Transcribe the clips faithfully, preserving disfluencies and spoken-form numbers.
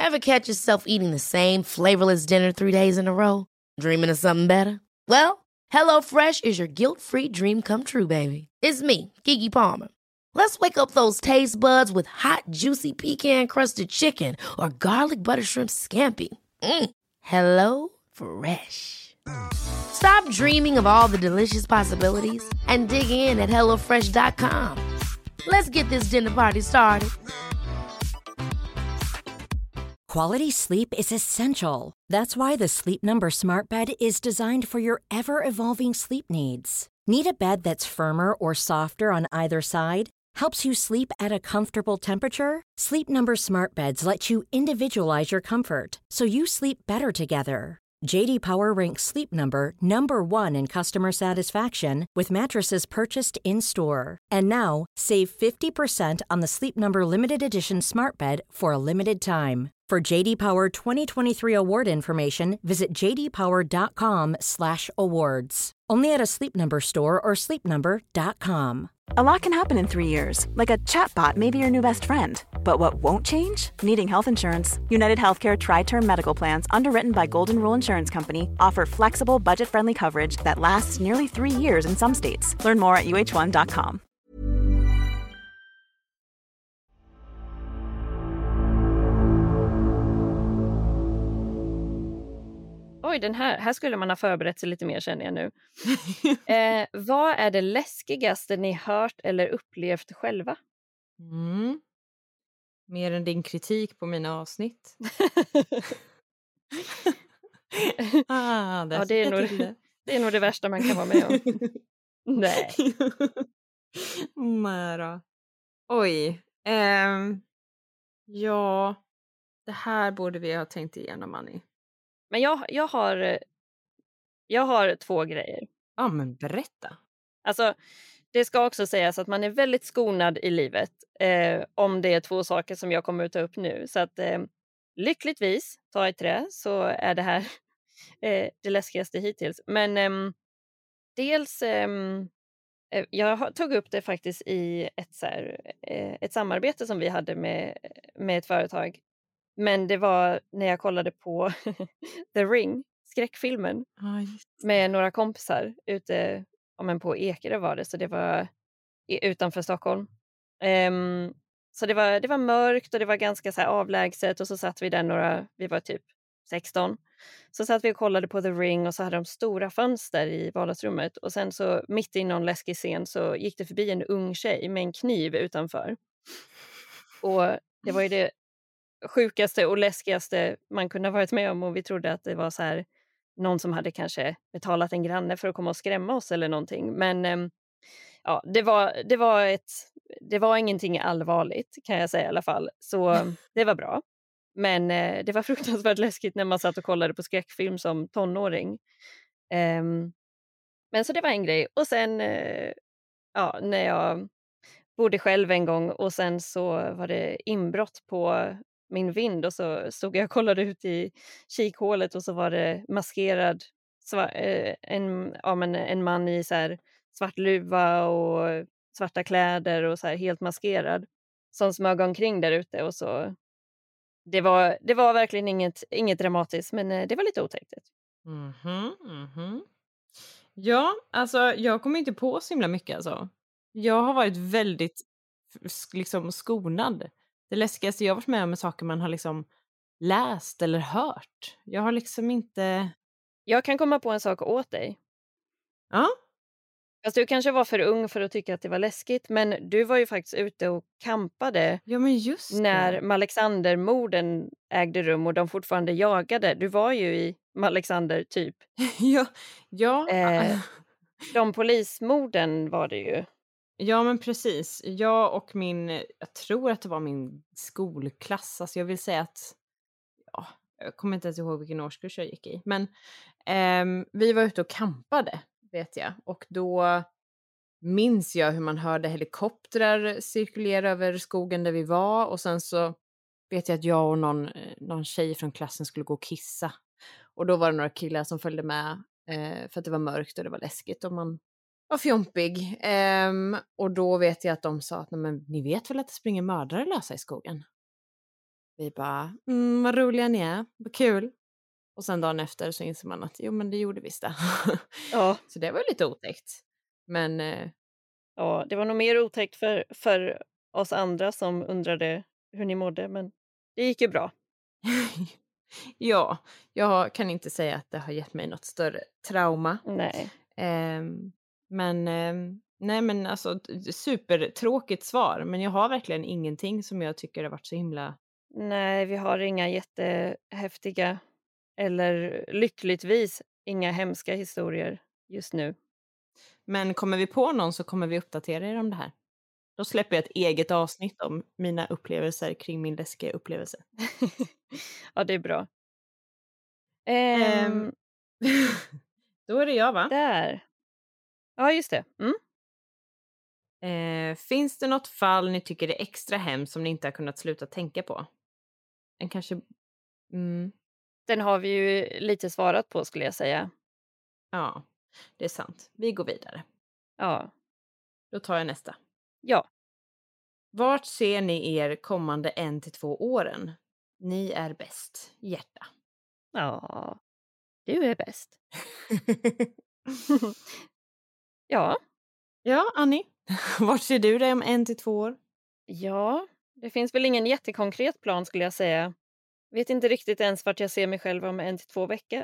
Ever catch yourself eating the same flavorless dinner three days in a row? Dreaming of something better? Well, HelloFresh is your guilt-free dream come true, baby. It's me, Keke Palmer. Let's wake up those taste buds with hot, juicy pecan-crusted chicken or garlic butter shrimp scampi. Mm. Hello Fresh. Stop dreaming of all the delicious possibilities and dig in at hello fresh dot com. Let's get this dinner party started. Quality sleep is essential. That's why the Sleep Number Smart Bed is designed for your ever-evolving sleep needs. Need a bed that's firmer or softer on either side? Helps you sleep at a comfortable temperature? Sleep Number Smart Beds let you individualize your comfort so you sleep better together. J D Power ranks Sleep Number number one in customer satisfaction with mattresses purchased in-store. And now, save fifty percent on the Sleep Number Limited Edition Smart Bed for a limited time. For J D Power twenty twenty-three award information, visit j d power dot com slash awards. Only at a Sleep Number store or sleep number dot com. A lot can happen in three years, like a chatbot may be your new best friend. But what won't change? Needing health insurance. United Healthcare Tri-Term Medical Plans, underwritten by Golden Rule Insurance Company, offer flexible, budget-friendly coverage that lasts nearly three years in some states. Learn more at u h one dot com. Oj, den här, här skulle man ha förberett sig lite mer, känner jag nu. eh, vad är det läskigaste ni hört eller upplevt själva? Mm. Mer än din kritik på mina avsnitt. ah, ja, det är, nog, det. det är nog det värsta man kan vara med om. Nej. Mara. Oj. Um, ja, det här borde vi ha tänkt igenom, Annie. Men jag, jag, har, jag har två grejer. Ja, men berätta. Alltså, det ska också sägas att man är väldigt skonad i livet eh, om det är två saker som jag kommer att ta upp nu. Så att eh, lyckligtvis, ta i trä, så är det här eh, det läskigaste hittills. Men eh, dels, eh, jag tog upp det faktiskt i ett, så här, eh, ett samarbete som vi hade med, med ett företag. Men det var när jag kollade på The Ring, skräckfilmen, ah, med några kompisar ute ja, men på Ekerö var det, så det var i, utanför Stockholm. Um, så det var, det var mörkt och det var ganska så här avlägset, och så satt vi där några, vi var typ sexton. Så satt vi och kollade på The Ring, och så hade de stora fönster i vardagsrummet, och sen så mitt i någon läskig scen så gick det förbi en ung tjej med en kniv utanför. Och det var ju det sjukaste och läskigaste man kunde ha varit med om, och vi trodde att det var så här någon som hade kanske betalat en granne för att komma och skrämma oss eller någonting. Men äm, ja, det var, det var ett det var ingenting allvarligt, kan jag säga i alla fall. Så det var bra. Men äh, det var fruktansvärt läskigt när man satt och kollade på skräckfilm som tonåring. Äm, men så det var en grej. Och sen äh, ja, när jag bodde själv en gång, och sen så var det inbrott på min vind, och så stod jag och kollade ut i kikhålet, och så var det maskerad svar, eh, en, ja, men en man i så här svart luva och svarta kläder och så här helt maskerad som smög omkring där ute. Och så det var, det var verkligen inget, inget dramatiskt, men eh, det var lite otäckt. Mhm, mhm. Ja, alltså jag kommer inte på så himla mycket alltså. Jag har varit väldigt liksom skonad. Det läskigaste jag har varit med om är saker man har liksom läst eller hört. Jag har liksom inte... Jag kan komma på en sak åt dig. Ja? Fast du kanske var för ung för att tycka att det var läskigt, men du var ju faktiskt ute och kampade Ja, men just det. när Malexander-morden ägde rum och de fortfarande jagade. Du var ju i Malexander typ. ja, ja. Eh, de polismorden var det ju. Ja, men precis. Jag och min, jag tror att det var min skolklass. Alltså jag vill säga att, ja, jag kommer inte ens ihåg vilken årskurs jag gick i. Men ehm, vi var ute och kampade, vet jag. Och då minns jag hur man hörde helikoptrar cirkulera över skogen där vi var. Och sen så vet jag att jag och någon, någon tjej från klassen skulle gå och kissa. Och då var det några killar som följde med eh, för att det var mörkt och det var läskigt. Och man var fjompig. Um, och då vet jag att de sa att men, ni vet väl att det springer mördare lösa i skogen? Vi bara, mm, vad roliga ni är, vad kul. Och sen dagen efter så inser man att jo men det gjorde visst det. Ja. Så det var lite otäckt. Men eh, Ja, det var nog mer otäckt för, för oss andra som undrade hur ni mådde, men det gick ju bra. ja, jag kan inte säga att det har gett mig något större trauma. Nej. Ehm, men ehm, nej men alltså d- supertråkigt svar. Men jag har verkligen ingenting som jag tycker har varit så himla... Nej, vi har inga jättehäftiga eller lyckligtvis inga hemska historier just nu. Men kommer vi på någon så kommer vi uppdatera er om det här. Då släpper jag ett eget avsnitt om mina upplevelser kring min läskiga upplevelse. Ja, det är bra. Ehm, Ehm, Då är det jag va? Där. Ja, just det. Mm. Eh, finns det något fall ni tycker är extra hemskt som ni inte har kunnat sluta tänka på? En kanske... Mm, Den har vi ju lite svarat på skulle jag säga. ja, det är sant. Vi går vidare. Ja. Då tar jag nästa. Ja. Vart ser ni er kommande en till två åren? Ni är bäst. Hjärta. Ja. Du är bäst. Ja. Ja, Annie. Vart ser du dig om en till två år? Ja. Det finns väl ingen jättekonkret plan skulle jag säga. Vet inte riktigt ens vart jag ser mig själv om en till två veckor.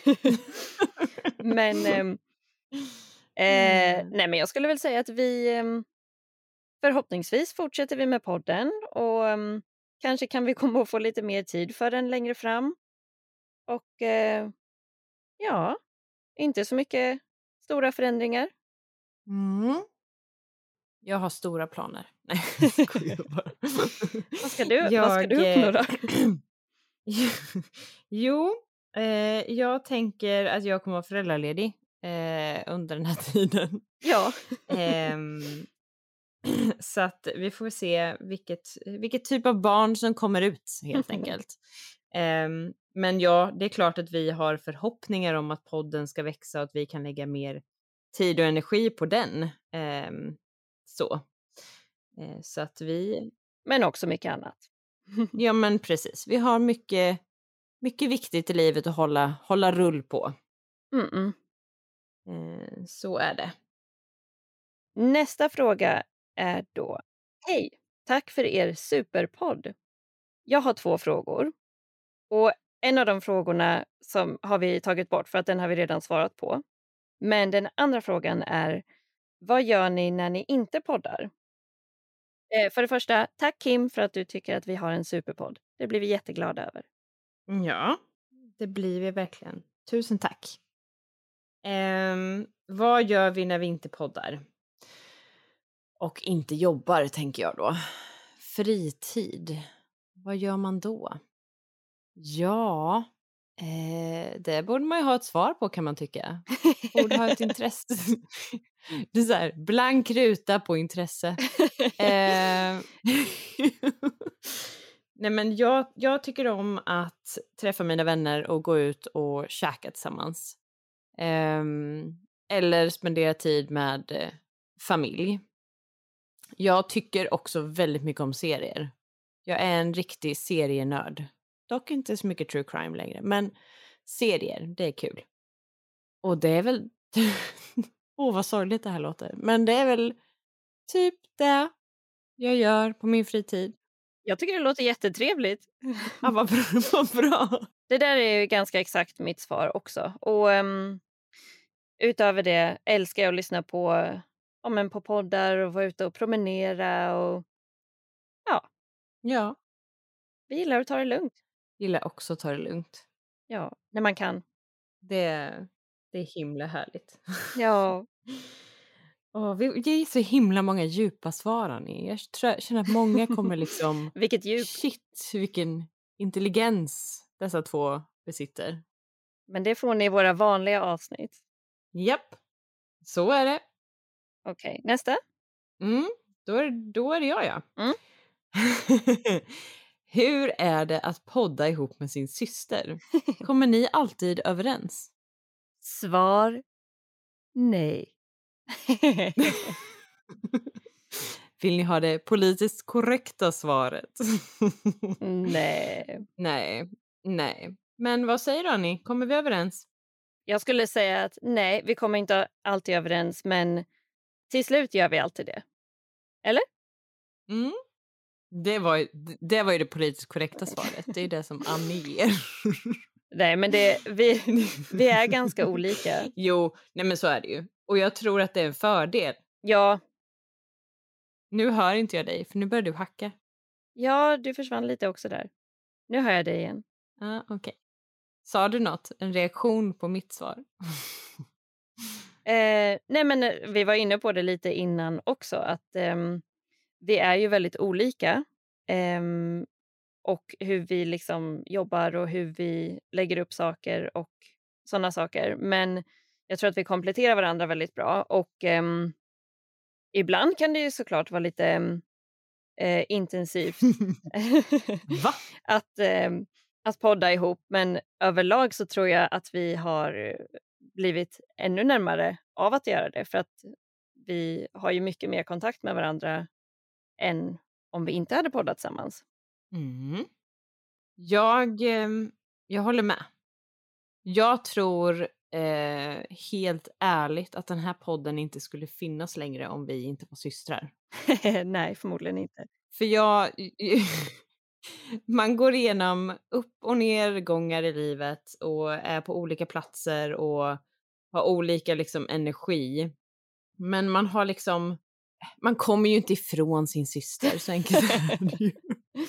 Men ehm, eh, nej, men jag skulle väl säga att vi ehm, förhoppningsvis fortsätter vi med podden och ehm, kanske kan vi komma att få lite mer tid för den längre fram. Och eh, ja, inte så mycket stora förändringar. Mm. Jag har stora planer. Nej, jag skojar bara. Vad ska du, vad ska du uppnå då? Jo, eh, jag tänker att jag kommer vara föräldraledig eh, under den här tiden. Ja. Ehm, så att vi får se vilket, vilket typ av barn som kommer ut helt enkelt. Ehm, men ja, det är klart att vi har förhoppningar om att podden ska växa och att vi kan lägga mer tid och energi på den. Ehm, så. Eh, så att vi... Men också mycket annat. Ja men precis, vi har mycket, mycket viktigt i livet att hålla, hålla rull på. Mm-mm. Eh, så är det. Nästa fråga är då: hej, tack för er superpodd. Jag har två frågor. Och en av de frågorna som har vi tagit bort för att den har vi redan svarat på. Men den andra frågan är: vad gör ni när ni inte poddar? Eh, för det första, tack Kim för att du tycker att vi har en superpodd. Det blir vi jätteglada över. Ja, det blir vi verkligen. Tusen tack. Ehm, vad gör vi när vi inte poddar? Och inte jobbar, tänker jag då. Fritid. Vad gör man då? Ja, eh, det borde man ju ha ett svar på kan man tycka. Borde ha ett intresse. Det är så här, blank ruta på intresse. Eh, Nej men jag, jag tycker om att träffa mina vänner och gå ut och käka tillsammans. Ehm, eller spendera tid med eh, familj. Jag tycker också väldigt mycket om serier. Jag är en riktig serienörd. Dock inte så mycket true crime längre. Men serier, det är kul. Och det är väl... Åh, oh, vad sorgligt det här låter. Men det är väl typ det jag gör på min fritid. Jag tycker det låter jättetrevligt. Ja, vad bra. Vad bra. Det där är ju ganska exakt mitt svar också. Och um, utöver det älskar jag att lyssna på, ja, men på poddar och vara ute och promenera. Och ja, Ja, vi gillar att ta det lugnt. gillar också att ta det lugnt. Ja, när man kan. Det, det är himla härligt. Ja. Åh, vi ger så himla många djupa svar, Annie. Jag tror, jag känner att många kommer liksom... Vilket djup. Shit, vilken intelligens dessa två besitter. Men det får ni i våra vanliga avsnitt. Japp, så är det. Okej, okay, nästa. Mm, då, är, då är det jag, ja. Mm. Hur är det att podda ihop med sin syster? Kommer ni alltid överens? Svar: nej. Vill ni ha det politiskt korrekta svaret? Nej. Nej, nej. Men vad säger du, Annie? Kommer vi överens? Jag skulle säga att nej, vi kommer inte alltid överens, men till slut gör vi alltid det. Eller? Mm. Det var, ju, det var ju det politiskt korrekta svaret. Det är det som Annie ger. Nej, men det, vi, vi är ganska olika. Jo, nej men så är det ju. Och jag tror att det är en fördel. Ja. Nu hör inte jag dig, för nu börjar du hacka. Ja, du försvann lite också där. Nu hör jag dig igen. Ja, ah, okej. Okay. Sa du något? En reaktion på mitt svar? eh, nej, men vi var inne på det lite innan också. Att eh, vi är ju väldigt olika. Eh, och hur vi liksom jobbar och hur vi lägger upp saker och sådana saker. Men jag tror att vi kompletterar varandra väldigt bra. Och eh, ibland kan det ju såklart vara lite eh, intensivt Va? att, eh, att podda ihop. Men överlag så tror jag att vi har blivit ännu närmare av att göra det. För att vi har ju mycket mer kontakt med varandra än om vi inte hade poddat tillsammans. Mm. Jag, eh, jag håller med. Jag tror eh, helt ärligt att den här podden inte skulle finnas längre om vi inte var systrar. Nej, förmodligen inte. För jag... Man går igenom upp- och nergångar i livet och är på olika platser och har olika liksom energi. Men man har liksom... Man kommer ju inte ifrån sin syster, så enkelt är det ju.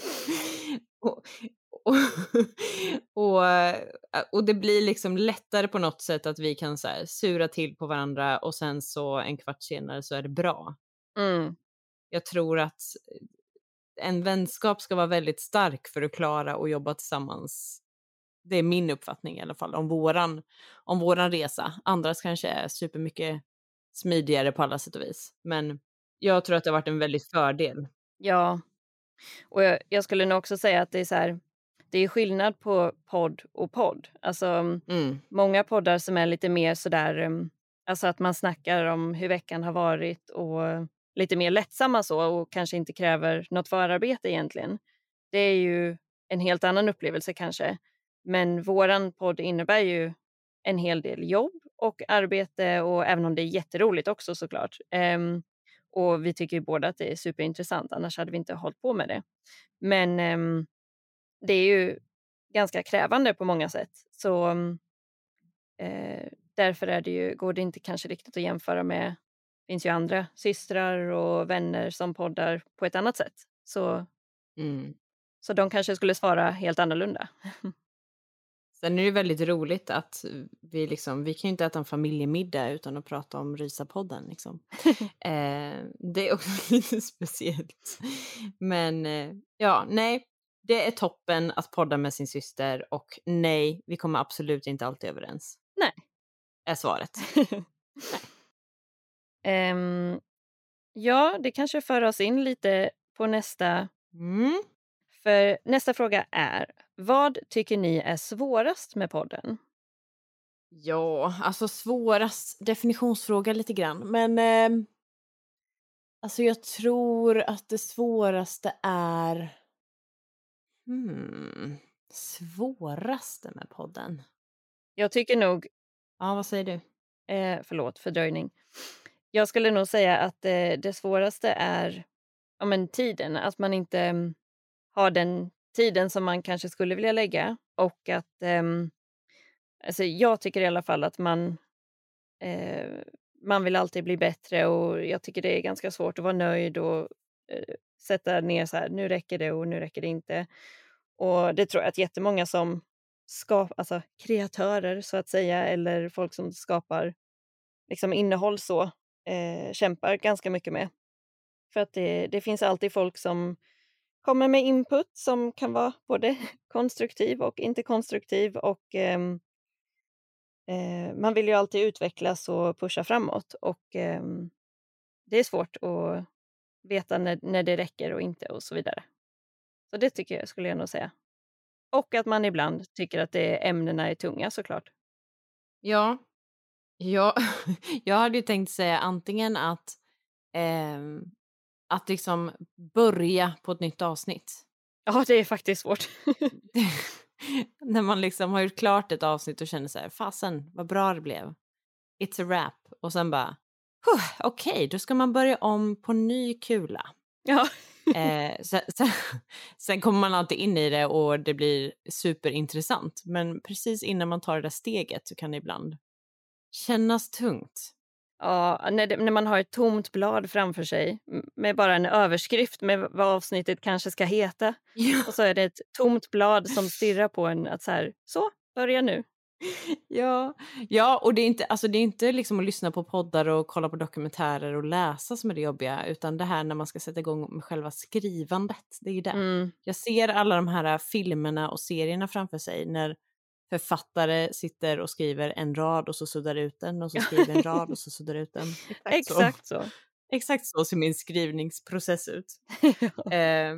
och, och, och, och det blir liksom lättare på något sätt att vi kan så här sura till på varandra och sen så en kvart senare så är det bra. Mm. Jag tror att en vänskap ska vara väldigt stark för att klara och jobba tillsammans. Det är min uppfattning i alla fall om våran, om våran resa. Andras kanske är supermycket smidigare på alla sätt och vis. Men jag tror att det har varit en väldigt fördel. Ja, och jag, jag skulle nog också säga att det är så här, det är skillnad på podd och podd. Alltså Mm. många poddar som är lite mer sådär, alltså att man snackar om hur veckan har varit och lite mer lättsamma så och kanske inte kräver något förarbete egentligen. Det är ju en helt annan upplevelse kanske. Men våran podd innebär ju en hel del jobb och arbete och även om det är jätteroligt också såklart. Um, och vi tycker ju båda att det är superintressant, annars hade vi inte hållit på med det. Men um, det är ju ganska krävande på många sätt. Så um, uh, därför är det ju, går det inte kanske riktigt att jämföra med. Det finns ju andra systrar och vänner som poddar på ett annat sätt. Så, Mm. så de kanske skulle svara helt annorlunda. Sen är det väldigt roligt att vi liksom, vi kan ju inte äta en familjemiddag utan att prata om Rysapodden liksom. eh, det är också lite speciellt. Men eh, ja, nej, det är toppen att podda med sin syster och nej, vi kommer absolut inte alltid överens. Nej. Är svaret. um, ja, det kanske för oss in lite på nästa. Mm. För nästa fråga är, vad tycker ni är svårast med podden? Ja, alltså svårast definitionsfråga lite grann. Men eh, alltså jag tror att det svåraste är... Hmm, svåraste med podden? Jag tycker nog... Ja, vad säger du? Eh, förlåt, fördröjning. Jag skulle nog säga att eh, det svåraste är ja, men tiden. Att man inte um, har den tiden som man kanske skulle vilja lägga. Och att... Um, alltså jag tycker i alla fall att man... Eh, man vill alltid bli bättre och jag tycker det är ganska svårt att vara nöjd och eh, sätta ner så här, nu räcker det och nu räcker det inte. Och det tror jag att jättemånga som skapar, alltså kreatörer så att säga, eller folk som skapar liksom innehåll så, eh, kämpar ganska mycket med. För att det, det finns alltid folk som kommer med input som kan vara både konstruktiv och inte konstruktiv och ehm, Eh, man vill ju alltid utvecklas och pusha framåt och eh, det är svårt att veta när, när det räcker och inte och så vidare. Så det tycker jag skulle jag nog säga. Och att man ibland tycker att det, ämnena är tunga såklart. Ja, ja. Jag hade ju tänkt säga antingen att eh, att liksom börja på ett nytt avsnitt. Ja, det är faktiskt svårt. När man liksom har gjort klart ett avsnitt och känner så här, fasen vad bra det blev. It's a wrap. Och sen bara, okej, okay, då ska man börja om på ny kula. Ja. eh, sen, sen, sen kommer man alltid in i det och det blir superintressant. Men precis innan man tar det där steget så kan det ibland kännas tungt. Ja, när, det, när man har ett tomt blad framför sig med bara en överskrift med vad avsnittet kanske ska heta. Ja. Och så är det ett tomt blad som stirrar på en att så här, så, börja nu. Ja, ja, och det är inte, alltså det är inte liksom att lyssna på poddar och kolla på dokumentärer och läsa som är det jobbiga, utan det här när man ska sätta igång med själva skrivandet, det är ju det. Mm. Jag ser alla de här filmerna och serierna framför sig när författare sitter och skriver en rad och så suddar ut den och så skriver en rad och så suddar ut den. Exakt, Exakt så. så. Exakt så ser min skrivningsprocess ut. Ja. Eh,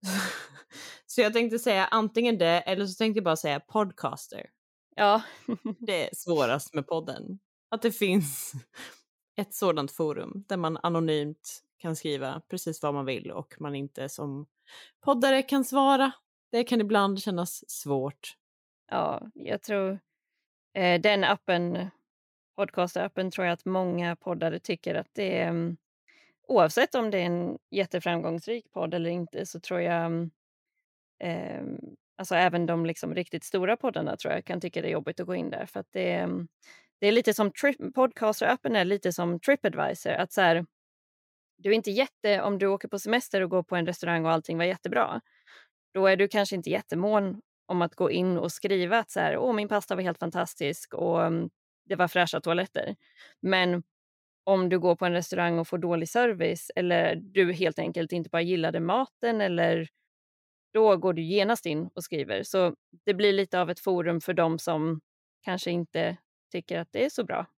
så jag tänkte säga antingen det eller så tänkte jag bara säga podcaster. Ja. Det är svårast med podden. Att det finns ett sådant forum där man anonymt kan skriva precis vad man vill och man inte som poddare kan svara. Det kan ibland kännas svårt. Ja, jag tror eh, den appen, podcaster-appen, tror jag att många poddare tycker att det är, um, oavsett om det är en jätteframgångsrik podd eller inte, så tror jag um, eh, alltså även de liksom riktigt stora poddarna tror jag kan tycka det är jobbigt att gå in där, för att det är, um, det är lite som tri- podcaster-appen är lite som TripAdvisor, att så här, du är inte jätte, om du åker på semester och går på en restaurang och allting var jättebra, då är du kanske inte jättemån om att gå in och skriva att så här, åh, min pasta var helt fantastisk och um, det var fräscha toaletter. Men om du går på en restaurang och får dålig service eller du helt enkelt inte bara gillade maten, eller då går du genast in och skriver. Så det blir lite av ett forum för dem som kanske inte tycker att det är så bra.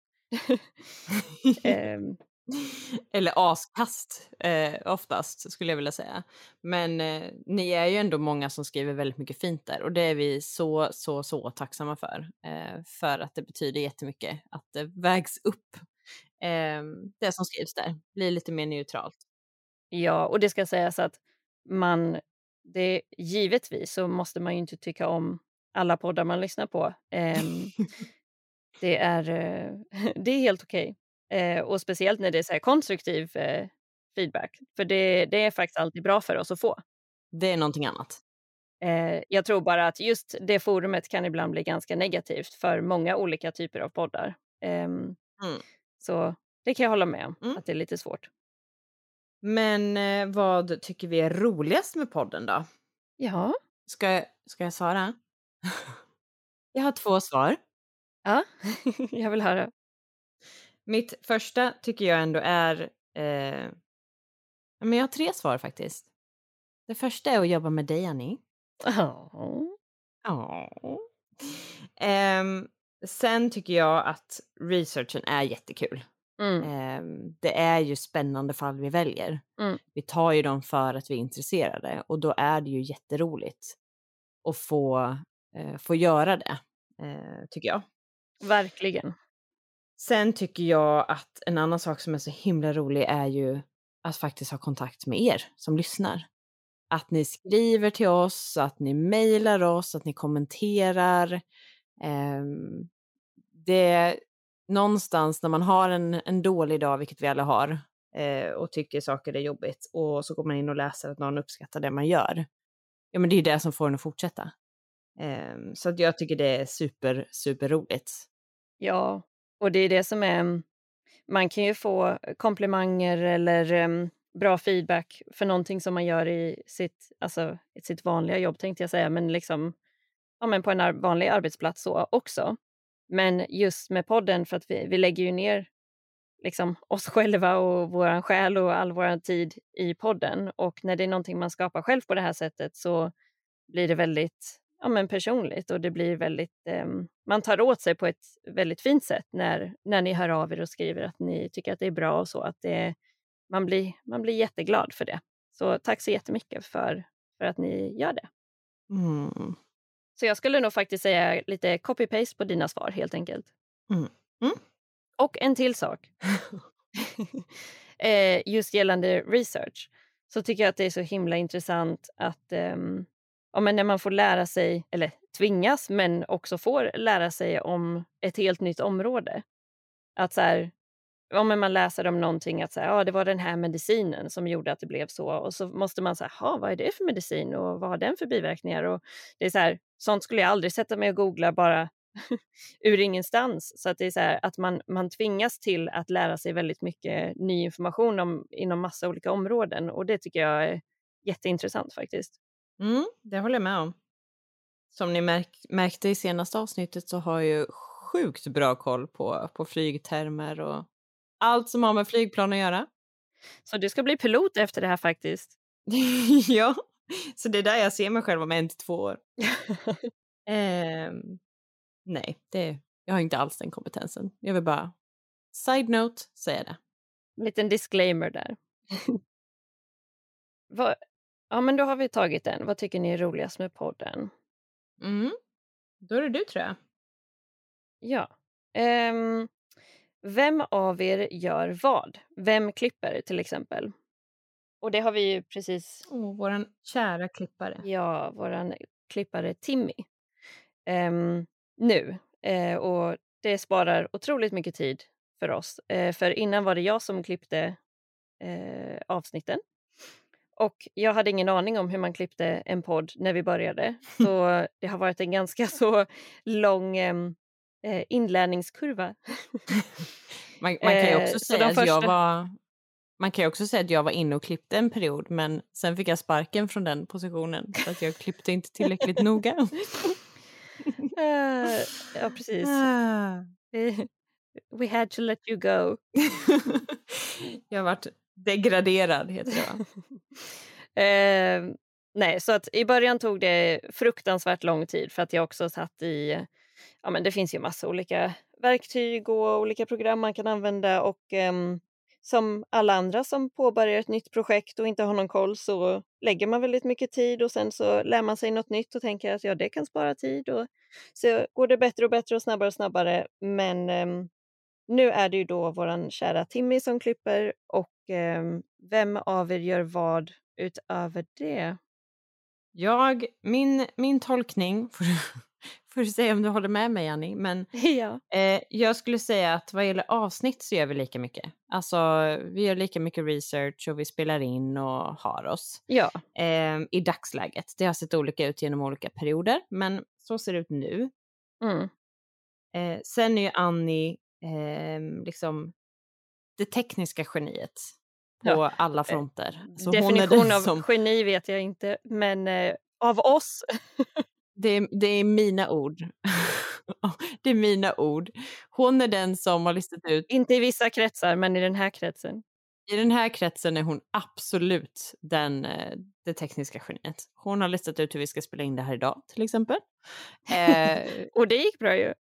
um, Eller askast eh, oftast skulle jag vilja säga. Men eh, ni är ju ändå många som skriver väldigt mycket fint där. Och det är vi så, så, så tacksamma för. Eh, för att det betyder jättemycket att det vägs upp. Eh, det som skrivs där blir lite mer neutralt. Ja, och det ska sägas att man, det givetvis så måste man ju inte tycka om alla poddar man lyssnar på. Um, det, är, det är helt okej. Eh, och speciellt när det är så här konstruktiv eh, feedback. För det, det är faktiskt alltid bra för oss att få. Det är någonting annat. Eh, jag tror bara att just det forumet kan ibland bli ganska negativt för många olika typer av poddar. Eh, mm. Så det kan jag hålla med om, mm. att det är lite svårt. Men eh, vad tycker vi är roligast med podden då? Ja. Ska, jag, ska jag svara? Jag har två svar. Ja, jag vill höra. Mitt första tycker jag ändå är... Eh, men jag har tre svar faktiskt. Det första är att jobba med dig, Annie. Oh. Oh. Eh, sen tycker jag att researchen är jättekul. Mm. Eh, det är ju spännande fall vi väljer. Mm. Vi tar ju dem för att vi är intresserade. Och då är det ju jätteroligt att få, eh, få göra det, eh, tycker jag. Verkligen. Sen tycker jag att en annan sak som är så himla rolig är ju att faktiskt ha kontakt med er som lyssnar. Att ni skriver till oss, att ni mejlar oss, att ni kommenterar. Eh, det någonstans när man har en, en dålig dag, vilket vi alla har, eh, och tycker saker är jobbigt, och så går man in och läser att någon uppskattar det man gör. Ja, men det är det som får en att fortsätta. Eh, så att jag tycker det är super, super roligt. Ja, och det är det som är, man kan ju få komplimanger eller um, bra feedback för någonting som man gör i sitt, alltså, i sitt vanliga jobb, tänkte jag säga, men liksom ja, men på en ar- vanlig arbetsplats så också. Men just med podden, för att vi, vi lägger ju ner liksom oss själva och våran själ och all vår tid i podden, och när det är någonting man skapar själv på det här sättet så blir det väldigt ja, men personligt, och det blir väldigt eh, man tar åt sig på ett väldigt fint sätt när, när ni hör av er och skriver att ni tycker att det är bra och så, att det, man, blir, man blir jätteglad för det. Så tack så jättemycket för, för att ni gör det. Mm. Så jag skulle nog faktiskt säga lite copy-paste på dina svar helt enkelt. Mm. Mm. Och en till sak. eh, just gällande research. så tycker jag att det är så himla intressant att um, ja, men när man får lära sig, eller tvingas, men också får lära sig om ett helt nytt område. Att så här, ja, men man läser om någonting, att så här, ja, det var den här medicinen som gjorde att det blev så. Och så måste man säga, vad är det för medicin och vad har den för biverkningar? Och det är så här, sånt skulle jag aldrig sätta mig och googla bara ur ingenstans. Så att det är så här, att man, man tvingas till att lära sig väldigt mycket ny information om, inom massa olika områden. Och det tycker jag är jätteintressant faktiskt. Mm, det håller jag med om. Som ni märk- märkte i senaste avsnittet så har jag ju sjukt bra koll på, på flygtermer och allt som har med flygplan att göra. Så du ska bli pilot efter det här faktiskt? Ja, så det är där jag ser mig själv om en till två år. eh, nej, det, jag har inte alls den kompetensen. Jag vill bara, side note, säga det. Liten disclaimer där. Vad, ja, men då har vi tagit den. Vad tycker ni är roligast med podden? Mm. Då är det du, tror jag. Ja. Um, vem av er gör vad? Vem klipper till exempel? Och det har vi ju precis... Åh, våran kära klippare. Ja, våran klippare Timmy. Um, nu. Uh, och det sparar otroligt mycket tid för oss. Uh, för innan var det jag som klippte uh, avsnitten. Och jag hade ingen aning om hur man klippte en podd när vi började. Så det har varit en ganska så lång um, uh, inlärningskurva. man, man kan ju också uh, säga att första... jag var... Man kan ju också säga att jag var inne och klippte en period, men sen fick jag sparken från den positionen för att jag klippte inte tillräckligt noga. uh, ja, precis. Uh. We had to let you go. Jag har varit degraderad, heter det, va? uh, nej, så att i början tog det fruktansvärt lång tid för att jag också satt i... Ja, men det finns ju massa olika verktyg och olika program man kan använda och... Um, som alla andra som påbörjar ett nytt projekt och inte har någon koll så lägger man väldigt mycket tid och sen så lär man sig något nytt och tänker att ja, det kan spara tid och så går det bättre och bättre och snabbare och snabbare. Men um, nu är det ju då våran kära Timmy som klipper och um, vem av er gör vad utöver det? Jag, min, min tolkning, får du, får du säga om du håller med mig, Annie, men ja. eh, jag skulle säga att vad gäller avsnitt så gör vi lika mycket. Alltså vi gör lika mycket research och vi spelar in och har oss. Ja. Eh, I dagsläget. Det har sett olika ut genom olika perioder, men så ser det ut nu. Mm. Eh, sen är ju Annie eh, liksom det tekniska geniet. På ja. alla fronter. Så definition hon är av som... geni vet jag inte, men eh, av oss. det, är, det är mina ord. Det är mina ord. Hon är den som har listat ut... Inte i vissa kretsar, men i den här kretsen. I den här kretsen är hon absolut den, det tekniska geniet. Hon har listat ut hur vi ska spela in det här idag, till exempel. Eh... Och det gick bra ju.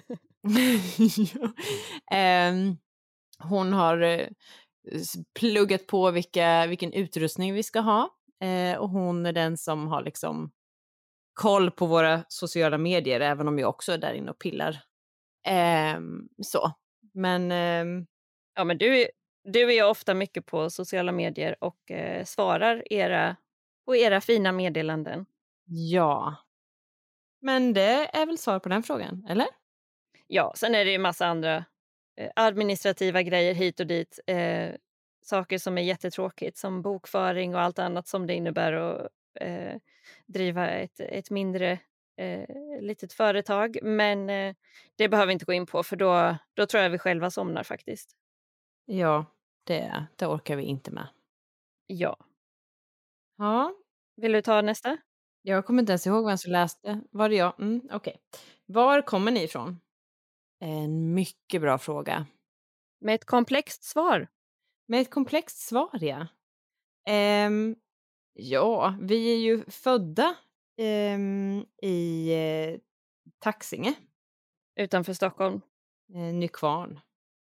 ja. eh, hon har... pluggat på vilka, vilken utrustning vi ska ha eh, och hon är den som har liksom koll på våra sociala medier, även om jag också är där inne och pillar. Eh, så, men... Eh... Ja, men du, du är ofta mycket på sociala medier och eh, svarar era, på era fina meddelanden. Ja. Men det är väl svar på den frågan, eller? Ja, sen är det ju massa andra administrativa grejer hit och dit. Eh, saker som är jättetråkigt som bokföring och allt annat som det innebär att eh, driva ett, ett mindre eh, litet företag. Men eh, det behöver vi inte gå in på för då, då tror jag vi själva somnar faktiskt. Ja, det, det orkar vi inte med. Ja. Ja. Vill du ta nästa? Jag kommer inte ens ihåg vem som läste. Var det jag? Mm, okej. Okay. Var kommer ni ifrån? En mycket bra fråga. Med ett komplext svar. Med ett komplext svar, ja. Um, ja, vi är ju födda um, i uh, Taxinge. Utanför Stockholm. Uh, Nykvarn.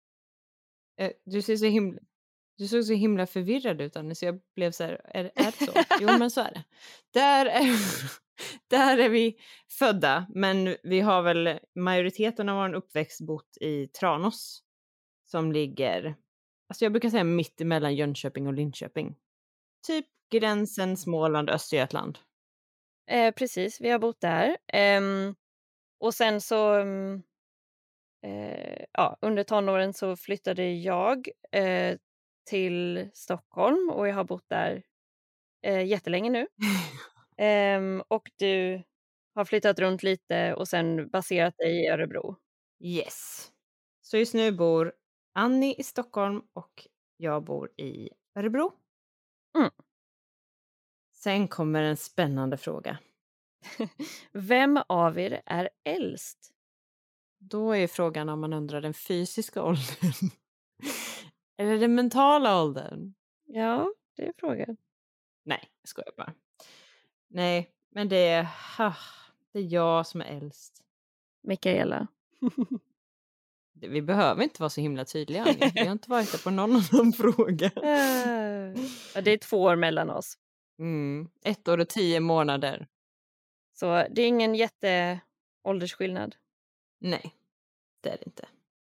Uh, du ser så himla... Du såg så himla förvirrad ut, Annie, så jag blev så här, är, är det så? Jo, men så är det. Där är, där är vi födda, men vi har väl majoriteten av vår uppväxt bott i Tranås, som ligger, alltså jag brukar säga mitt emellan Jönköping och Linköping. typ gränsen Småland, Östergötland. Eh, precis, vi har bott där. Ehm, och sen så, mm, eh, ja, under tonåren så flyttade jag eh, till Stockholm och jag har bott där eh, jättelänge nu. Ehm, och du har flyttat runt lite och sen baserat dig i Örebro. Yes. Så just nu bor Annie i Stockholm och jag bor i Örebro. Mm. Sen kommer en spännande fråga. Vem av er är äldst? Då är frågan om man undrar den fysiska åldern. Eller den mentala åldern. Ja, det är frågan. Nej, jag skojar bara. Nej, men det är, ah, det är jag som är äldst. Mikaela. Det- Vi behöver inte vara så himla tydliga, Annie. Vi har inte varit där på någon annan fråga. Eh, ja, det är två år mellan oss. Mm. Ett år och tio månader. Så det är ingen jätteåldersskillnad. Nej, det är det inte.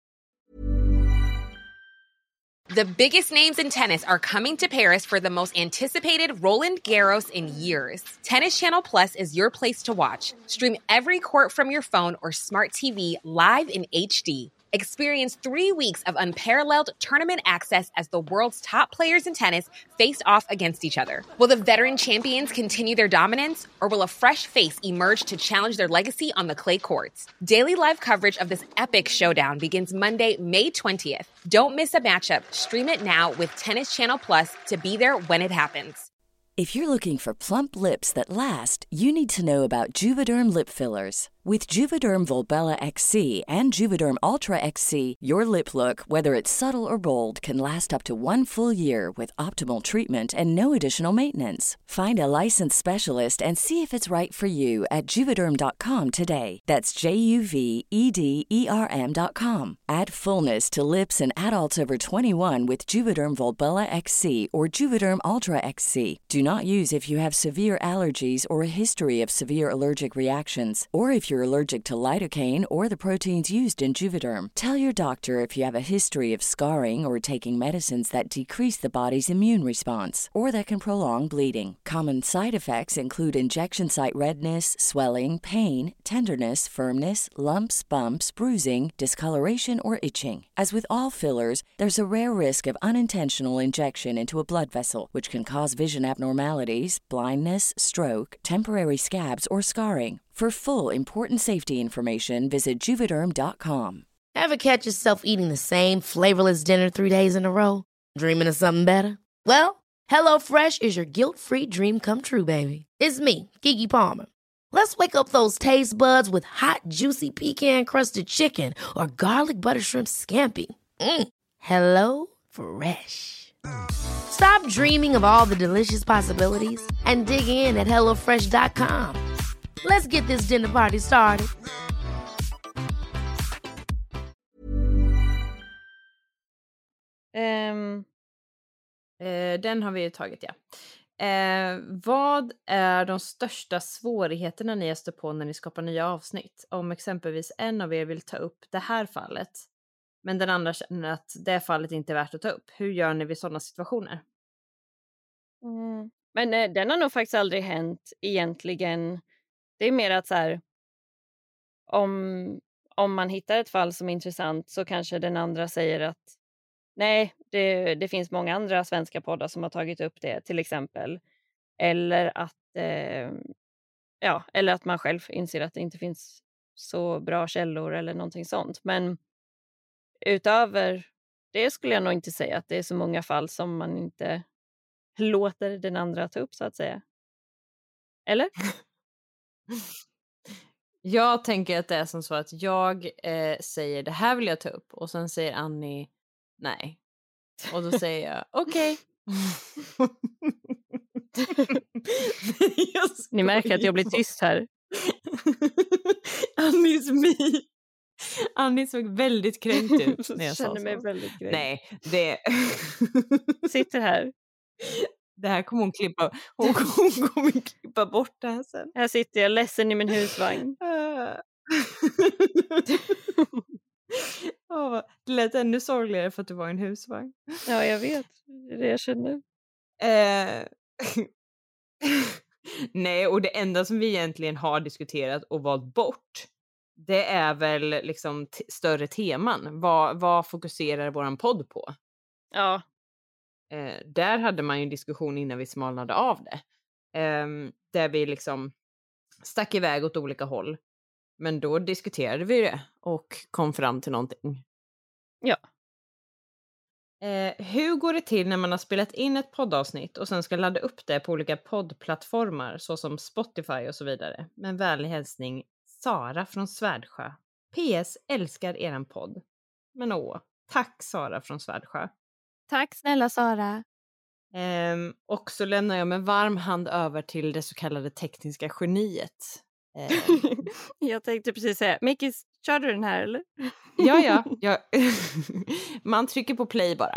The biggest names in tennis are coming to Paris for the most anticipated Roland Garros in years. Tennis Channel Plus is your place to watch. Stream every court from your phone or smart T V live in H D. Experience three weeks of unparalleled tournament access as the world's top players in tennis face off against each other. Will the veteran champions continue their dominance, or will a fresh face emerge to challenge their legacy on the clay courts? Daily live coverage of this epic showdown begins Monday, May twentieth. Don't miss a matchup. Stream it now with Tennis Channel Plus to be there when it happens. If you're looking for plump lips that last, you need to know about Juvederm lip fillers. With Juvederm Volbella X C and Juvederm Ultra X C, your lip look, whether it's subtle or bold, can last up to one full year with optimal treatment and no additional maintenance. Find a licensed specialist and see if it's right for you at juvederm dot com today. That's J U V E D E R M dot com. Add fullness to lips in adults over twenty-one with Juvederm Volbella X C or Juvederm Ultra X C. Do not use if you have severe allergies or a history of severe allergic reactions, or if you're allergic to lidocaine or the proteins used in Juvederm. Tell your doctor if you have a history of scarring or taking medicines that decrease the body's immune response or that can prolong bleeding. Common side effects include injection site redness, swelling, pain, tenderness, firmness, lumps, bumps, bruising, discoloration, or itching. As with all fillers, there's a rare risk of unintentional injection into a blood vessel, which can cause vision abnormalities, blindness, stroke, temporary scabs, or scarring. For full important safety information, visit juvederm dot com. Ever catch yourself eating the same flavorless dinner three days in a row? Dreaming of something better? Well, HelloFresh is your guilt-free dream come true, baby. It's me, Keke Palmer. Let's wake up those taste buds with hot, juicy pecan-crusted chicken or garlic butter shrimp scampi. Mm. Hello Fresh. Stop dreaming of all the delicious possibilities and dig in at hello fresh dot com. Let's get this dinner party started. Ehm, Eh, den har vi ju tagit, ja. Eh, vad är de största svårigheterna ni har stött på när ni skapar nya avsnitt? Om exempelvis en av er vill ta upp det här fallet, men den andra känner att det fallet inte är värt att ta upp. Hur gör ni vid sådana situationer? mm. Men eh, den har nog faktiskt aldrig hänt egentligen. Det är mer att så här, om, om man hittar ett fall som är intressant så kanske den andra säger att nej, det, det finns många andra svenska poddar som har tagit upp det till exempel. Eller att, eh, ja, eller att man själv inser att det inte finns så bra källor eller någonting sånt. Men utöver det skulle jag nog inte säga att det är så många fall som man inte låter den andra ta upp så att säga. Eller? Jag tänker att det är som så att jag eh, säger det här vill jag ta upp och sen säger Annie nej. Och då säger jag okej. Ni märker att jag blir tyst här. Annies min. Annie såg väldigt kränkt ut när jag sa känner så. mig väldigt kränkt. Nej, det... Sitter här. Det här kommer hon klippa. Hon, hon kommer klippa bort det här sen. Här sitter jag ledsen i min husvagn. Oh, det lät ännu sorgligare för att du var i en husvagn. Ja, jag vet. Det är det jag känner. Eh, Nej, och det enda som vi egentligen har diskuterat och valt bort, det är väl liksom t- större teman. Vad, vad fokuserar våran podd på? Ja, Eh, där hade man ju en diskussion innan vi smalnade av det. Ehm, där vi liksom stack iväg åt olika håll. Men då diskuterade vi det och kom fram till någonting. ja. Eh, hur går det till när man har spelat in ett poddavsnitt och sen ska ladda upp det på olika poddplattformar såsom Spotify och så vidare? Med vänlig hälsning Sara från Svärdsjö. P S. Älskar eran podd. Men åh, tack Sara från Svärdsjö. Tack snälla Sara. Ehm, och så lämnar jag med varm hand över till det så kallade tekniska geniet. Ehm, Jag tänkte precis säga, Mickis, kör du den här eller? ja, ja. ja. Man trycker på play bara.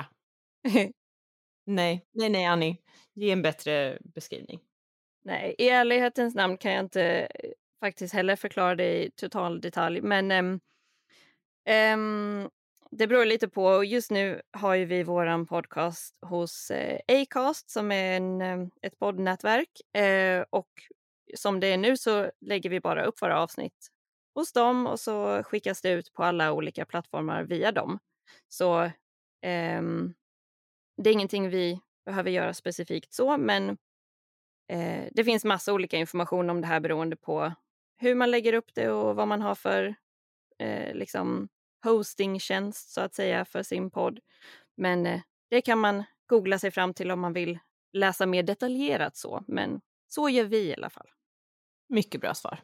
Nej, nej, nej Annie. Ge en bättre beskrivning. Nej, i ärlighetens namn kan jag inte eh, faktiskt heller förklara det i total detalj. Men ehm, ehm, det beror lite på. Och just nu har ju vi våran podcast hos eh, Acast som är en, eh, ett poddnätverk. Eh, och som det är nu så lägger vi bara upp våra avsnitt hos dem och så skickas det ut på alla olika plattformar via dem. Så ehm, det är ingenting vi behöver göra specifikt så, men Eh, det finns massa olika information om det här beroende på hur man lägger upp det och vad man har för eh, liksom hostingtjänst så att säga för sin podd. Men eh, det kan man googla sig fram till om man vill läsa mer detaljerat så. Men så gör vi i alla fall. Mycket bra svar.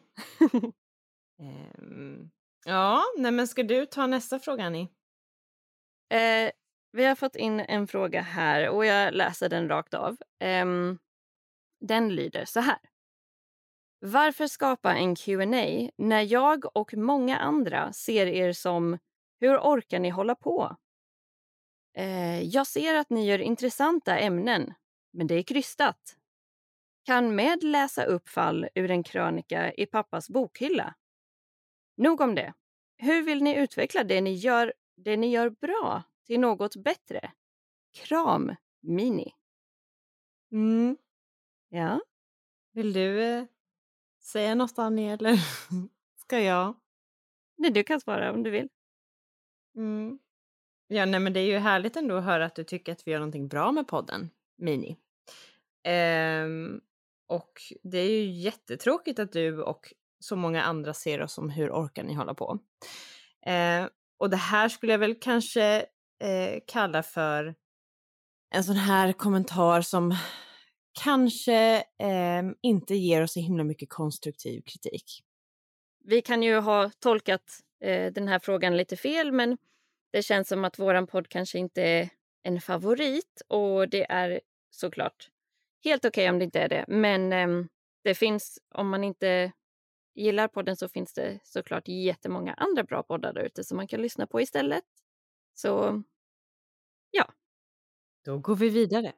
Ehm, ja, nej men ska du ta nästa fråga Annie? Eh, vi har fått in en fråga här och jag läser den rakt av. Ehm, den lyder så här. Varför skapa en Q and A när jag och många andra ser er som hur orkar ni hålla på? Eh, jag ser att ni gör intressanta ämnen, men det är krystat. Kan med läsa upp fall ur en krönika i pappas bokhylla. Nog om det. Hur vill ni utveckla det ni gör, det ni gör bra till något bättre? Kram, Mini. Mm. Ja. Vill du eh, säga något Annie eller ska jag? Nej, du kan svara om du vill. Mm. Ja, nej men det är ju härligt ändå att höra att du tycker att vi gör någonting bra med podden, Mini. Ehm, och det är ju jättetråkigt att du och så många andra ser oss som hur orkar ni hålla på. Ehm, och det här skulle jag väl kanske eh, kalla för en sån här kommentar som kanske eh, inte ger oss så himla mycket konstruktiv kritik. Vi kan ju ha tolkat eh, den här frågan lite fel, men det känns som att våran podd kanske inte är en favorit och det är såklart helt okej om det inte är det. Men eh, det finns, om man inte gillar podden så finns det såklart jättemånga andra bra poddar där ute som man kan lyssna på istället. Så ja. Då går vi vidare.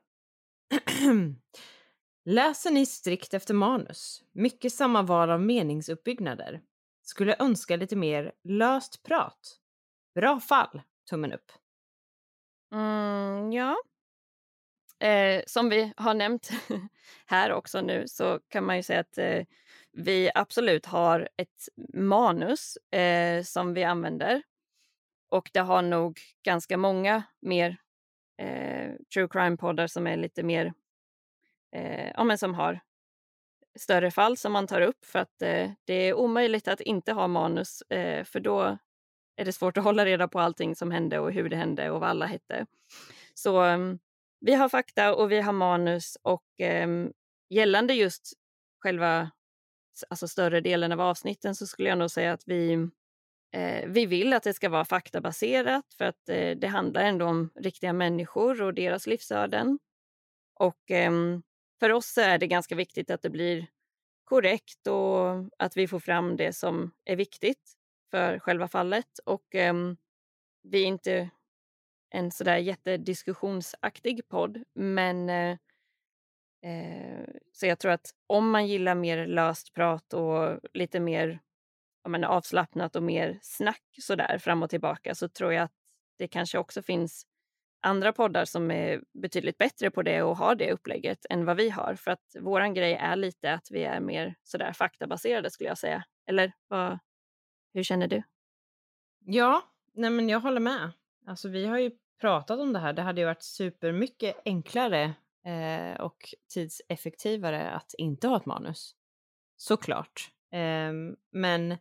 Läser ni strikt efter manus? Mycket samma val av meningsuppbyggnader. Skulle önska lite mer löst prat. Bra fall. Tummen upp. Mm, ja. Eh, som vi har nämnt här också nu så kan man ju säga att eh, vi absolut har ett manus eh, som vi använder. Och det har nog ganska många mer eh, true crime-poddar som är lite mer, eh, ja men som har större fall som man tar upp för att eh, det är omöjligt att inte ha manus eh, för då är det svårt att hålla reda på allting som hände och hur det hände och vad alla hette. Så um, vi har fakta och vi har manus och um, gällande just själva alltså större delen av avsnitten så skulle jag nog säga att vi, eh, vi vill att det ska vara faktabaserat för att eh, det handlar ändå om riktiga människor och deras livsöden. Och um, för oss är det ganska viktigt att det blir korrekt och att vi får fram det som är viktigt för själva fallet. Och um, vi är inte en sådär jättediskussionsaktig podd, men eh, eh, så jag tror att om man gillar mer löst prat och lite mer jag menar, avslappnat och mer snack sådär fram och tillbaka så tror jag att det kanske också finns andra poddar som är betydligt bättre på det och har det upplägget än vad vi har. För att våran grej är lite att vi är mer sådär faktabaserade skulle jag säga. Eller vad, hur känner du? Ja, nej men jag håller med. Alltså vi har ju pratat om det här. Det hade ju varit supermycket enklare eh, och tidseffektivare att inte ha ett manus. Såklart. Eh, men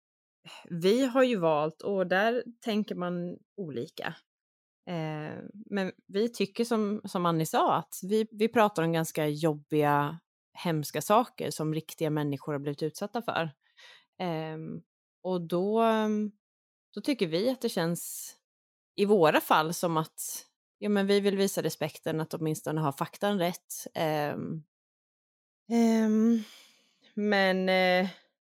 vi har ju valt, och där tänker man olika. Eh, men vi tycker som, som Annie sa, att vi, vi pratar om ganska jobbiga, hemska saker som riktiga människor har blivit utsatta för. Eh, och då, då tycker vi att det känns i våra fall som att ja, men vi vill visa respekten att åtminstone ha faktan rätt. Eh, eh, men eh,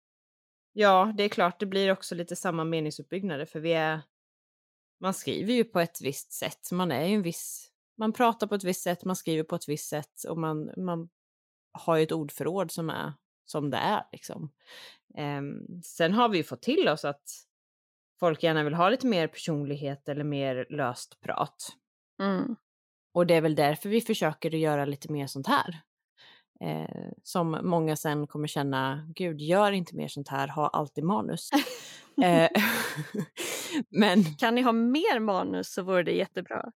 ja, det är klart, det blir också lite samma meningsuppbyggnader, för vi är man skriver ju på ett visst sätt, man är ju en viss, man pratar på ett visst sätt, man skriver på ett visst sätt och man, man har ju ett ordförråd som är som det är liksom. Um, sen har vi ju fått till oss att folk gärna vill ha lite mer personlighet eller mer löst prat. Mm. Och det är väl därför vi försöker att göra lite mer sånt här. Eh, som många sen kommer känna, gud, gör inte mer sånt här, ha alltid manus. eh, men Kan ni ha mer manus så vore det jättebra.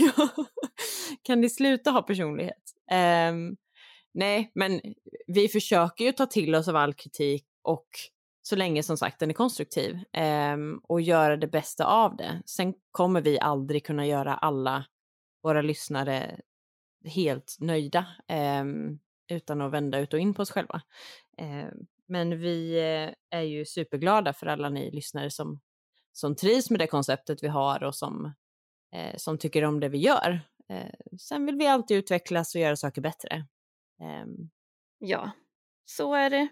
Kan ni sluta ha personlighet? Eh, nej, men vi försöker ju ta till oss av all kritik, och så länge som sagt den är konstruktiv, eh, och göra det bästa av det. Sen kommer vi aldrig kunna göra alla våra lyssnare helt nöjda, eh, utan att vända ut och in på oss själva. Eh, men vi är ju superglada för alla ni lyssnare som, som trivs med det konceptet vi har och som, eh, som tycker om det vi gör. Eh, sen vill vi alltid utvecklas och göra saker bättre. Eh, Ja, så är det.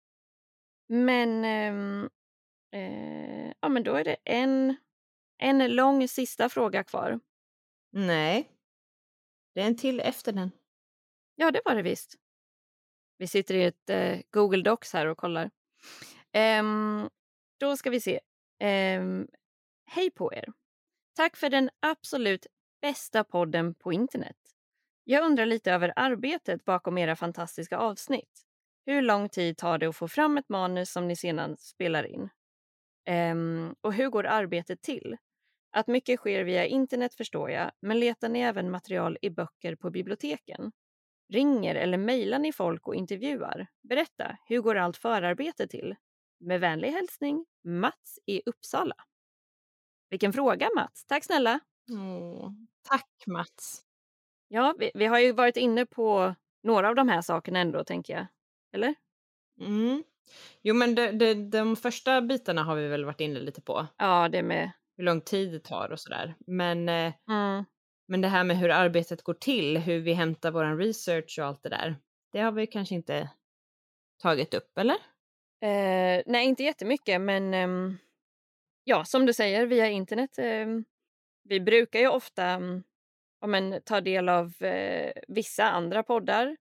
Men, ehm, eh, ja, men då är det en, en lång sista fråga kvar. nej, det är en till efter den. Ja, det var det visst. Vi sitter i ett eh, Google Docs här och kollar. Ehm, då ska vi se. Ehm, hej på er. Tack för den absolut bästa podden på internet. Jag undrar lite över arbetet bakom era fantastiska avsnitt. Hur lång tid tar det att få fram ett manus som ni sedan spelar in? Ehm, och hur går arbetet till? Att mycket sker via internet förstår jag, men letar ni även material i böcker på biblioteken? Ringer eller mejlar ni folk och intervjuar? Berätta, hur går allt förarbete till? Med vänlig hälsning, Mats i Uppsala. Vilken fråga, Mats. Tack snälla. Åh, tack Mats. Ja, vi, vi har ju varit inne på några av de här sakerna ändå, tänker jag. Eller? Mm. Jo, men de, de, de första bitarna har vi väl varit inne lite på. Ja, det med. Hur lång tid det tar och sådär. Men, eh, Mm. men det här med hur arbetet går till, hur vi hämtar våran research och allt det där, det har vi kanske inte tagit upp, eller? Eh, nej, inte jättemycket, men ehm, ja, som du säger, via internet. ehm, vi brukar ju ofta mm, ja, men, ta del av eh, vissa andra poddar.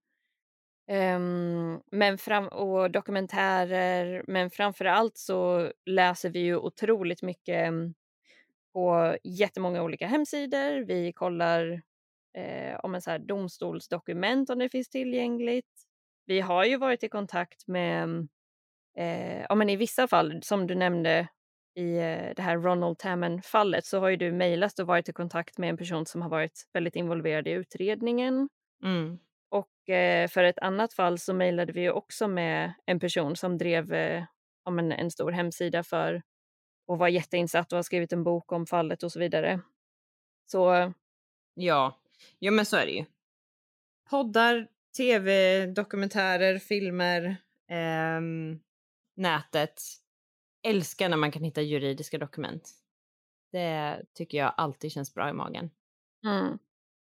Ehm, men fram- och dokumentärer, men framför allt så läser vi ju otroligt mycket mm, på jättemånga olika hemsidor. Vi kollar eh, om en så här domstolsdokument om det finns tillgängligt. Vi har ju varit i kontakt med, mm, eh, ja, men i vissa fall, som du nämnde i eh, det här Ronald Tammen-fallet, så har ju du mejlat och varit i kontakt med en person som har varit väldigt involverad i utredningen. Mm. Och eh, för ett annat fall så mejlade vi ju också med en person som drev eh, ja, men en stor hemsida för och var jätteinsatt och har skrivit en bok om fallet och så vidare. Så Ja, ja men så är det ju. Poddar, tv, dokumentärer, filmer, ehm, nätet. Älskar när man kan hitta juridiska dokument. Det tycker jag alltid känns bra i magen. mm.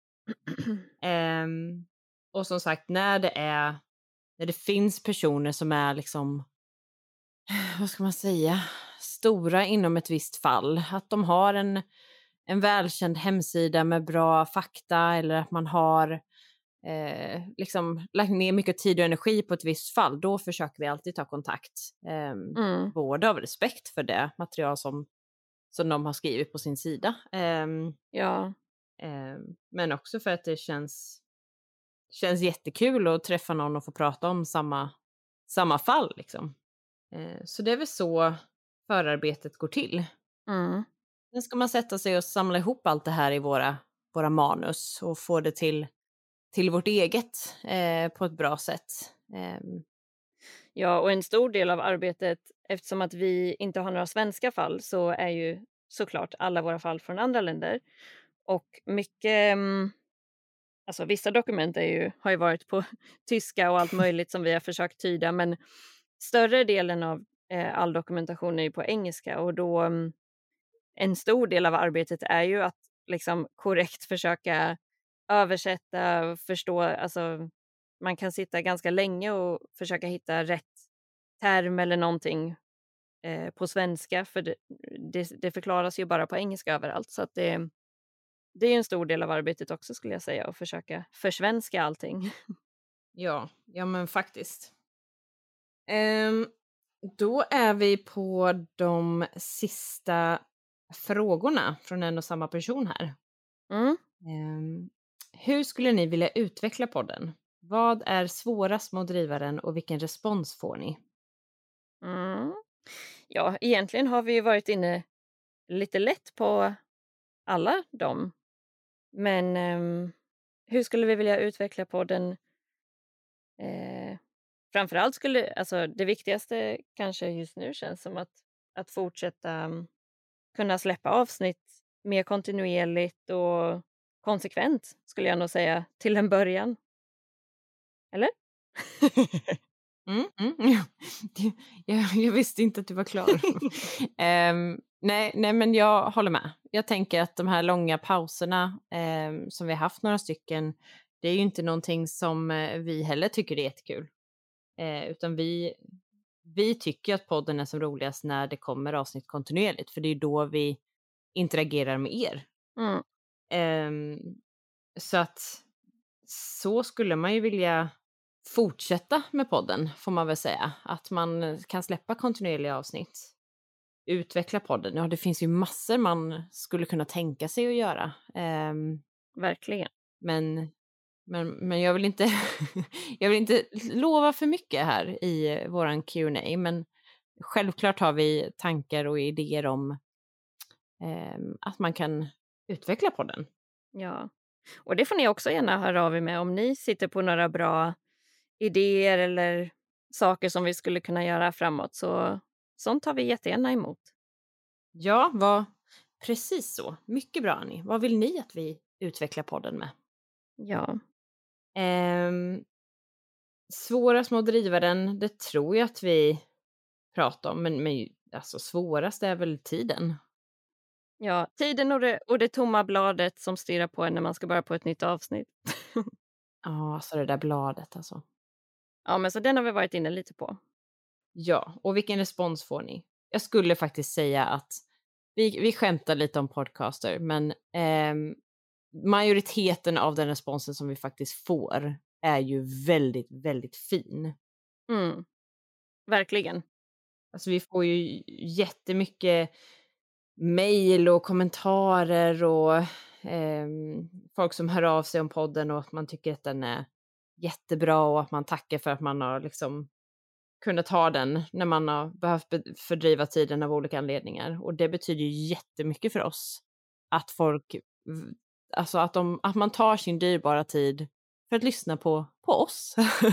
Ehm, och som sagt, när det är när det finns personer som är liksom, vad ska man säga, stora inom ett visst fall, att de har en, en välkänd hemsida med bra fakta, eller att man har eh, liksom lagt ner mycket tid och energi på ett visst fall, då försöker vi alltid ta kontakt. Ehm, Mm. både av respekt för det material som, som de har skrivit på sin sida. Ehm, Ja. Eh, men också för att det känns, känns jättekul att träffa någon och få prata om samma, samma fall. Liksom. Eh, så det är väl så förarbetet går till. Mm. Sen ska man sätta sig och samla ihop allt det här i våra, våra manus och få det till, till vårt eget eh, på ett bra sätt. Eh, Ja, och en stor del av arbetet, eftersom att vi inte har några svenska fall, så är ju såklart alla våra fall från andra länder. Och mycket, mm, alltså vissa dokument är ju, har ju varit på tyska och allt möjligt som vi har försökt tyda, men större delen av eh, all dokumentation är ju på engelska, och då mm, en stor del av arbetet är ju att liksom korrekt försöka översätta, förstå, alltså man kan sitta ganska länge och försöka hitta rätt term eller någonting eh, på svenska, för det, det, det förklaras ju bara på engelska överallt, så att det, det är en stor del av arbetet också, skulle jag säga, att försöka försvenska allting. ja, ja, men faktiskt. Ehm, då är vi på de sista frågorna från en och samma person här. Mm. Ehm, hur skulle ni vilja utveckla podden? Vad är svårast med att driva den och vilken respons får ni? Mm. Ja, egentligen har vi ju varit inne lite lätt på alla dem. Men ehm, hur skulle vi vilja utveckla podden? Eh, framförallt skulle, alltså det viktigaste kanske just nu känns som att, att fortsätta mm, kunna släppa avsnitt mer kontinuerligt och konsekvent, skulle jag nog säga, till en början. Eller? Mm, mm, ja. jag, jag visste inte att du var klar. Ehm, nej, nej, men jag håller med. Jag tänker att de här långa pauserna ehm, som vi har haft några stycken, det är ju inte någonting som eh, vi heller tycker är jättekul. Eh, utan vi, vi tycker att podden är som roligast när det kommer avsnitt kontinuerligt, för det är då vi interagerar med er. Mm. Ehm, så att så skulle man ju vilja fortsätta med podden, får man väl säga. Att man kan släppa kontinuerliga avsnitt. Utveckla podden. Ja, det finns ju massor man skulle kunna tänka sig att göra. Ehm, Verkligen. men, men, men jag vill inte jag vill inte lova för mycket här i våran Q and A. Men självklart har vi tankar och idéer om ehm, att man kan utveckla podden. Ja, och det får ni också gärna höra av er med om ni sitter på några bra idéer eller saker som vi skulle kunna göra framåt. Så sånt tar vi jättegärna emot. Ja, vad, precis så. Mycket bra, Annie. Vad vill ni att vi utvecklar podden med? Ja, Ehm, svårast med att driva den, det tror jag att vi pratar om. Men, men alltså, svårast är väl tiden. ja, tiden och det, och det tomma bladet som stirrar på en när man ska börja på ett nytt avsnitt. Ja, alltså det där bladet alltså. Ja, men så den har vi varit inne lite på. Ja, och vilken respons får ni? Jag skulle faktiskt säga att vi, vi skämtar lite om podcaster, men ehm, majoriteten av den responsen som vi faktiskt får är ju väldigt, väldigt fin. Mm. Verkligen. Alltså vi får ju jättemycket mejl och kommentarer och ehm, folk som hör av sig om podden och att man tycker att den är jättebra och att man tackar för att man har liksom kunnat ha den när man har behövt be- fördriva tiden av olika anledningar. Och det betyder ju jättemycket för oss att folk, v- alltså att, de, att man tar sin dyrbara tid för att lyssna på, på oss.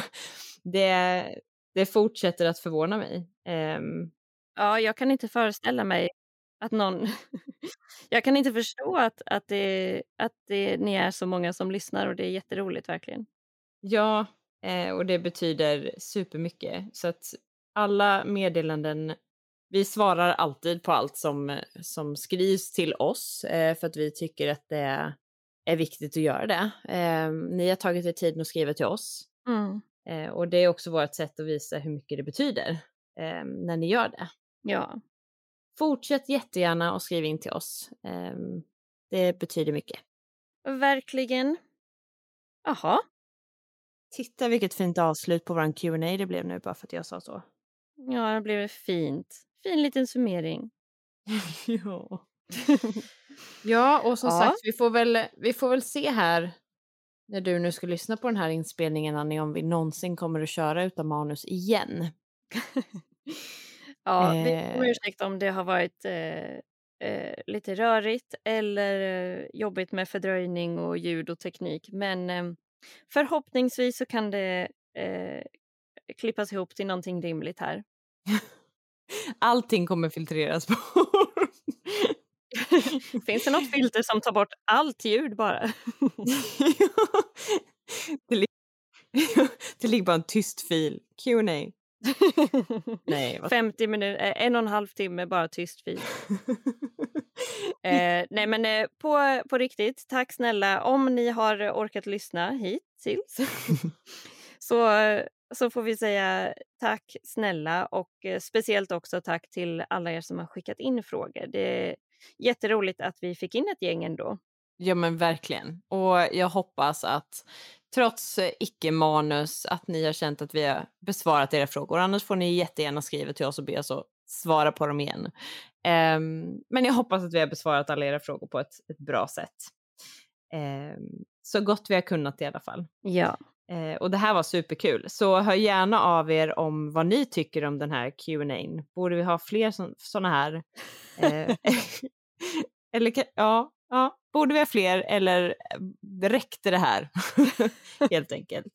det, det fortsätter att förvåna mig. Ehm, Ja, jag kan inte föreställa mig att någon... jag kan inte förstå att, att, det, att det, ni är så många som lyssnar, och det är jätteroligt verkligen. Ja, eh, och det betyder supermycket. Så att alla meddelanden, vi svarar alltid på allt som, som skrivs till oss, eh, för att vi tycker att det är, är viktigt att göra det. Eh, ni har tagit er tid att skriva till oss. Mm. Eh, och det är också vårt sätt att visa hur mycket det betyder eh, när ni gör det. Ja. Fortsätt jättegärna och skriv in till oss. Eh, det betyder mycket. Verkligen. Jaha. Titta vilket fint avslut på våran Q and A det blev nu, bara för att jag sa så. Ja, det blev fint. Fin liten summering. Ja. Ja, och som Ja. sagt, vi får, väl, vi får väl se här när du nu ska lyssna på den här inspelningen, Annie, om vi någonsin kommer att köra utan manus igen. Ja, vi Eh. får ursäkta om det har varit eh, eh, lite rörigt eller eh, jobbigt med fördröjning och ljud och teknik. Men eh, förhoppningsvis så kan det eh, klippas ihop till någonting rimligt här. Allting kommer filtreras bort. Finns det något filter som tar bort allt ljud bara? det, li- det ligger bara en tyst fil. Q and A. Nej, vad... femtio minuter, en och en halv timme bara tyst fil. eh, nej men eh, på, på riktigt, tack snälla. Om ni har orkat lyssna hittills så, så får vi säga tack snälla, och eh, speciellt också tack till alla er som har skickat in frågor. Det är jätteroligt att vi fick in ett gäng ändå. Ja men verkligen. Och jag hoppas att trots icke-manus att ni har känt att vi har besvarat era frågor. Annars får ni jättegärna skriva till oss och be oss att svara på dem igen. Um, men jag hoppas att vi har besvarat alla era frågor på ett, ett bra sätt. Um, så gott vi har kunnat i alla fall. Ja. Uh, och det här var superkul. Så hör gärna av er om vad ni tycker om den här Q and A. Borde vi ha fler sådana här? Uh, eller ja, ja. Borde vi ha fler eller räckte det här? Helt enkelt.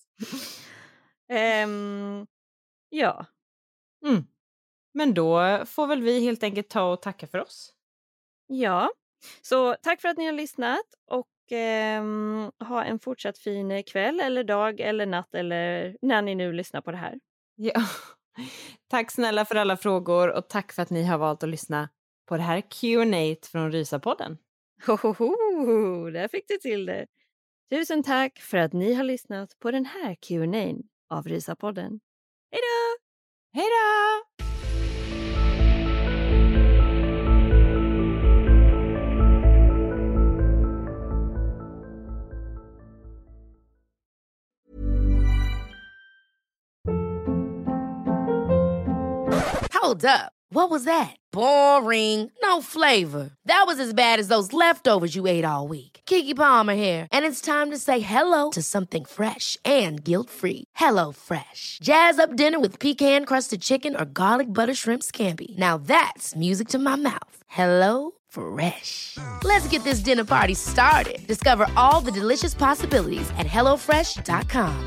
Um, ja. Mm. Men då får väl vi helt enkelt ta och tacka för oss. Ja, så tack för att ni har lyssnat, och um, ha en fortsatt fin kväll eller dag eller natt eller när ni nu lyssnar på det här. Ja. Tack snälla för alla frågor, och tack för att ni har valt att lyssna på det här Q and A från Rysapodden. Hohoho, där fick du till det. Tusen tack för att ni har lyssnat på den här Q and A av Rysapodden. Hej då! Hej då! Hold up. What was that? Boring. No flavor. That was as bad as those leftovers you ate all week. Keke Palmer here, and it's time to say hello to something fresh and guilt-free. Hello Fresh. Jazz up dinner with pecan-crusted chicken or garlic butter shrimp scampi. Now that's music to my mouth. Hello Fresh. Let's get this dinner party started. Discover all the delicious possibilities at hello fresh dot com.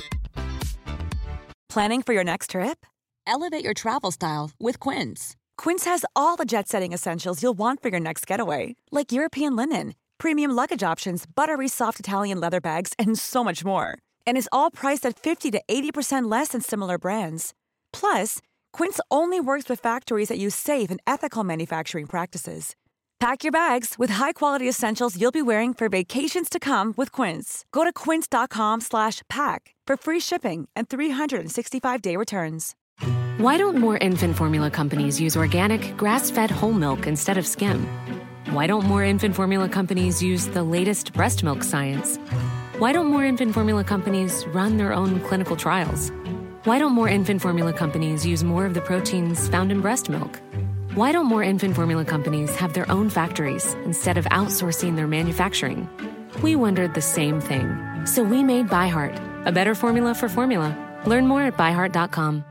Planning for your next trip? Elevate your travel style with Quince. Quince has all the jet-setting essentials you'll want for your next getaway, like European linen, premium luggage options, buttery soft Italian leather bags, and so much more. And is all priced at fifty to eighty percent less than similar brands. Plus, Quince only works with factories that use safe and ethical manufacturing practices. Pack your bags with high-quality essentials you'll be wearing for vacations to come with Quince. Go to quince dot com slash pack for free shipping and three sixty-five day returns. Why don't more infant formula companies use organic, grass-fed whole milk instead of skim? Why don't more infant formula companies use the latest breast milk science? Why don't more infant formula companies run their own clinical trials? Why don't more infant formula companies use more of the proteins found in breast milk? Why don't more infant formula companies have their own factories instead of outsourcing their manufacturing? We wondered the same thing. So we made ByHeart, a better formula for formula. Learn more at by heart dot com.